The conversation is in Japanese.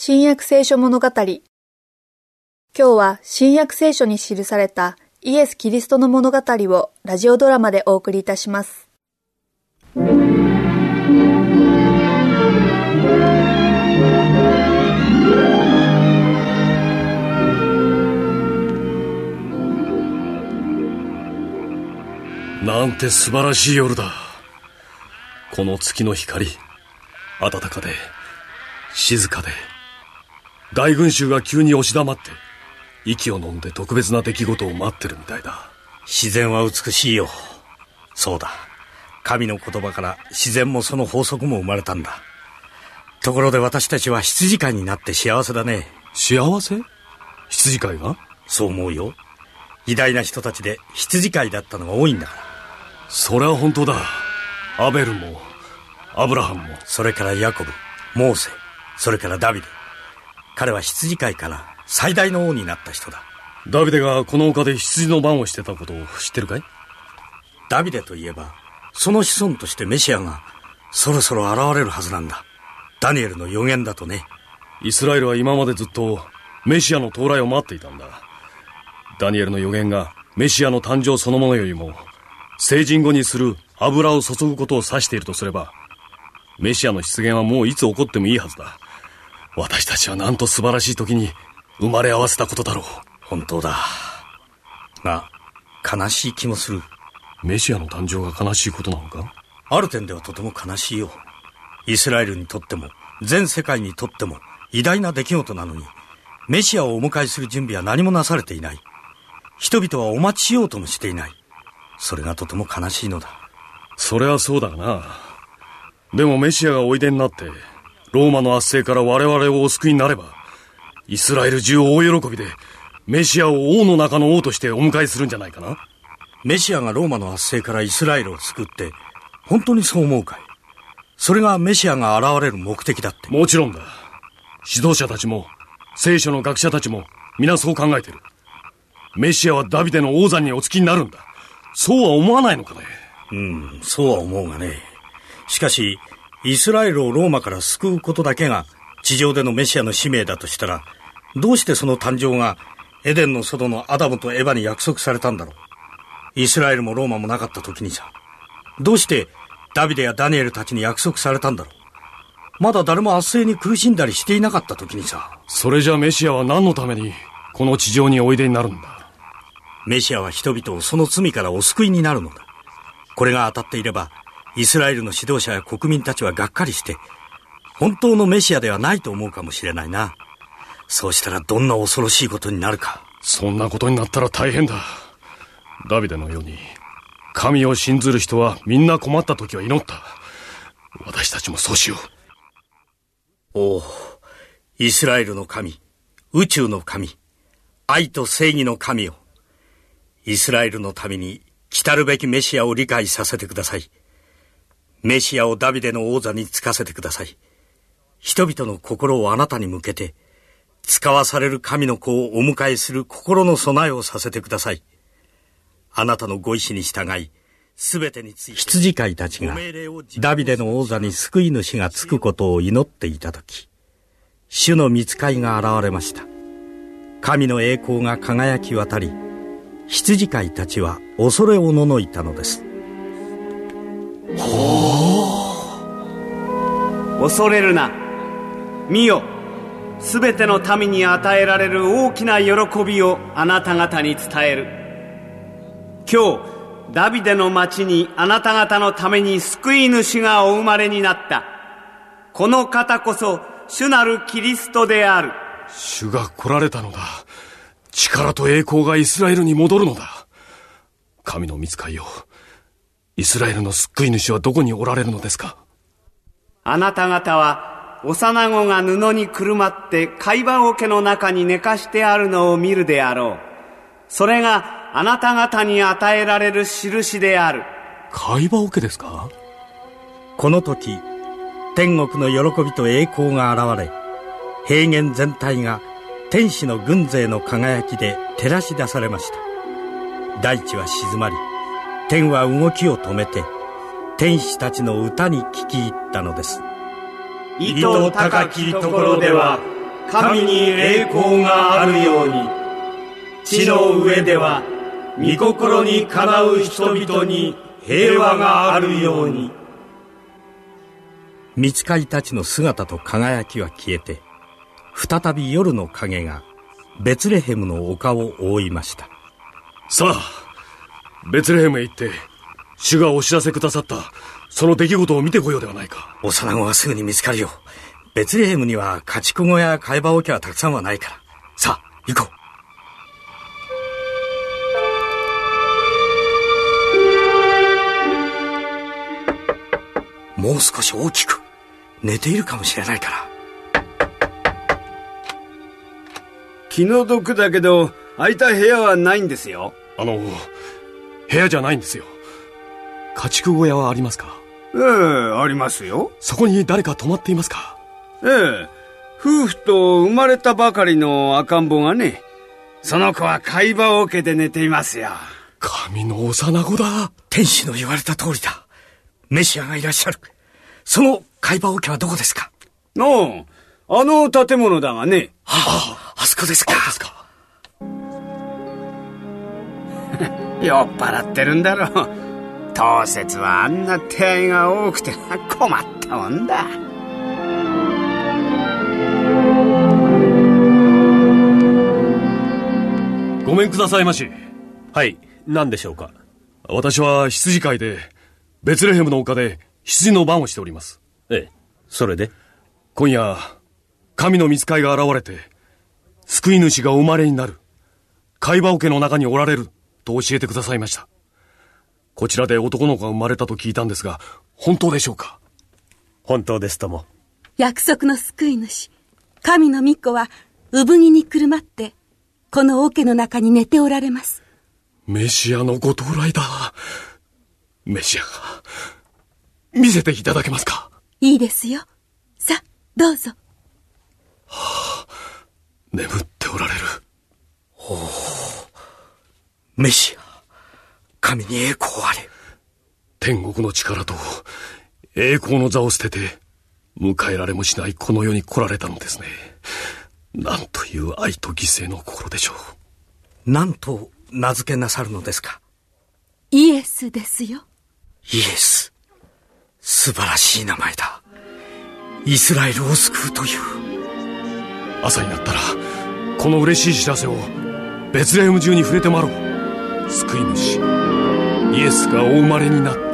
新約聖書物語。今日は新約聖書に記されたイエス・キリストの物語をラジオドラマでお送りいたします。 なんて素晴らしい夜だ。この月の光、暖かで静かで、大群衆が急に押し黙って息を飲んで特別な出来事を待ってるみたいだ。 自然は美しいよ。そうだ、神の言葉から自然もその法則も生まれたんだ。ところで私たちは羊飼いになって幸せだね。 幸せ？羊飼いが？ そう思うよ。偉大な人たちで羊飼いだったのが多いんだから。 それは本当だ。アベルもアブラハムも、 それからヤコブ、モーセ、それからダビデ。彼は羊飼いから最大の王になった人だ。 ダビデがこの丘で羊の番をしてたことを知ってるかい？ ダビデといえばその子孫としてメシアがそろそろ現れるはずなんだ。ダニエルの予言だとね。 イスラエルは今までずっとメシアの到来を待っていたんだ。ダニエルの予言がメシアの誕生そのものよりも成人後にする油を注ぐことを指しているとすれば、メシアの出現はもういつ起こってもいいはずだ。私たちはなんと素晴らしい時に生まれ合わせたことだろう。 本当だが、悲しい気もする。 メシアの誕生が悲しいことなのか？ ある点ではとても悲しいよ。イスラエルにとっても全世界にとっても偉大な出来事なのに、メシアをお迎えする準備は何もなされていない。人々はお待ちしようともしていない。それがとても悲しいのだ。 それはそうだな。でもメシアがおいでになってローマの圧政から我々をお救いになれば、イスラエル中大喜びでメシアを王の中の王としてお迎えするんじゃないかな。 メシアがローマの圧政からイスラエルを救って、本当にそう思うかい？それがメシアが現れる目的だって。 もちろんだ。指導者たちも聖書の学者たちも皆そう考えてる。メシアはダビデの王座におつきになるんだ。そうは思わないのかね？ そうは思うがね。しかしイスラエルをローマから救うことだけが地上でのメシアの使命だとしたら、どうしてその誕生がエデンの外のアダムとエバに約束されたんだろう。イスラエルもローマもなかった時にさ、どうしてダビデやダニエルたちに約束されたんだろう。まだ誰も圧政に苦しんだりしていなかった時にさ。 それじゃメシアは何のためにこの地上においでになるんだ？ メシアは人々をその罪からお救いになるのだ。これが当たっていれば、イスラエルの指導者や国民たちはがっかりして、本当のメシアではないと思うかもしれないな。そうしたらどんな恐ろしいことになるか。 そんなことになったら大変だ。ダビデのように神を信ずる人はみんな困った時は祈った。私たちもそうしよう。おお、イスラエルの神、宇宙の神、愛と正義の神よ。イスラエルのために来たるべきメシアを理解させてください。メシアをダビデの王座に就かせてください。人々の心をあなたに向けて、使わされる神の子をお迎えする心の備えをさせてください。あなたのご意志に従い、すべてについて羊飼いたちがダビデの王座に救い主がつくことを祈っていたとき、主の御使いが現れました。神の栄光が輝き渡り、羊飼いたちは恐れおののいたのです。 恐れるな。見よ、すべての民に与えられる大きな喜びをあなた方に伝える。今日ダビデの町にあなた方のために救い主がお生まれになった。この方こそ主なるキリストである。 主が来られたのだ。力と栄光がイスラエルに戻るのだ。神の御使いよ、イスラエルの救い主はどこにおられるのですか？ あなた方は幼子が布にくるまって貝羽桶の中に寝かしてあるのを見るであろう。それがあなた方に与えられる印である。 貝羽桶ですか？ この時、天国の喜びと栄光が現れ、平原全体が天使の軍勢の輝きで照らし出されました。大地は静まり、天は動きを止めて、天使たちの歌に聞き入ったのです。 糸高きところでは神に栄光があるように、地の上では御心にかなう人々に平和があるように。 御使いたちの姿と輝きは消えて、再び夜の影がベツレヘムの丘を覆いました。 さあ、ベツレヘムへ行って主がお知らせくださったその出来事を見てこようではないか。 幼子はすぐに見つかるよ。ベツレヘムには家畜小や飼い葉桶はたくさんはないから。さあ行こう。もう少し大きく。寝ているかもしれないから。 気の毒だけど空いた部屋はないんですよ。 部屋じゃないんですよ。家畜小屋はありますか？ ええ、ありますよ。 そこに誰か泊まっていますか？ ええ、夫婦と生まれたばかりの赤ん坊がね。その子は飼い葉桶で寝ていますよ。 神の幼子だ。 天使の言われた通りだ。メシアがいらっしゃる。その飼い葉桶はどこですか？ あの建物だがね。 あそこですか。 酔っ払ってるんだろう。当節はあんな手合いが多くて困ったもんだ。 ごめんくださいまし。 はい、何でしょうか。 私は羊飼いでベツレヘムの丘で羊の番をしております。 ええ、それで今夜神の御使いが現れて救い主がお生まれになる、飼い葉桶の中におられると教えてくださいました。こちらで男の子が生まれたと聞いたんですが、本当でしょうか？ 本当ですとも。 約束の救い主神の御子は産着にくるまってこの桶の中に寝ておられます。 メシアのご到来だ。メシアが見せていただけますか？ いいですよ。さあどうぞ。 眠っておられる。 メシア、神に栄光あれ。 天国の力と栄光の座を捨てて迎えられもしないこの世に来られたのですね。なんという愛と犠牲の心でしょう。なんと名付けなさるのですか？ イエスですよ。 イエス、素晴らしい名前だ。イスラエルを救うという。 朝になったらこの嬉しい知らせをベツレヘム中に触れてまろう。救い主イエスがお生まれになった。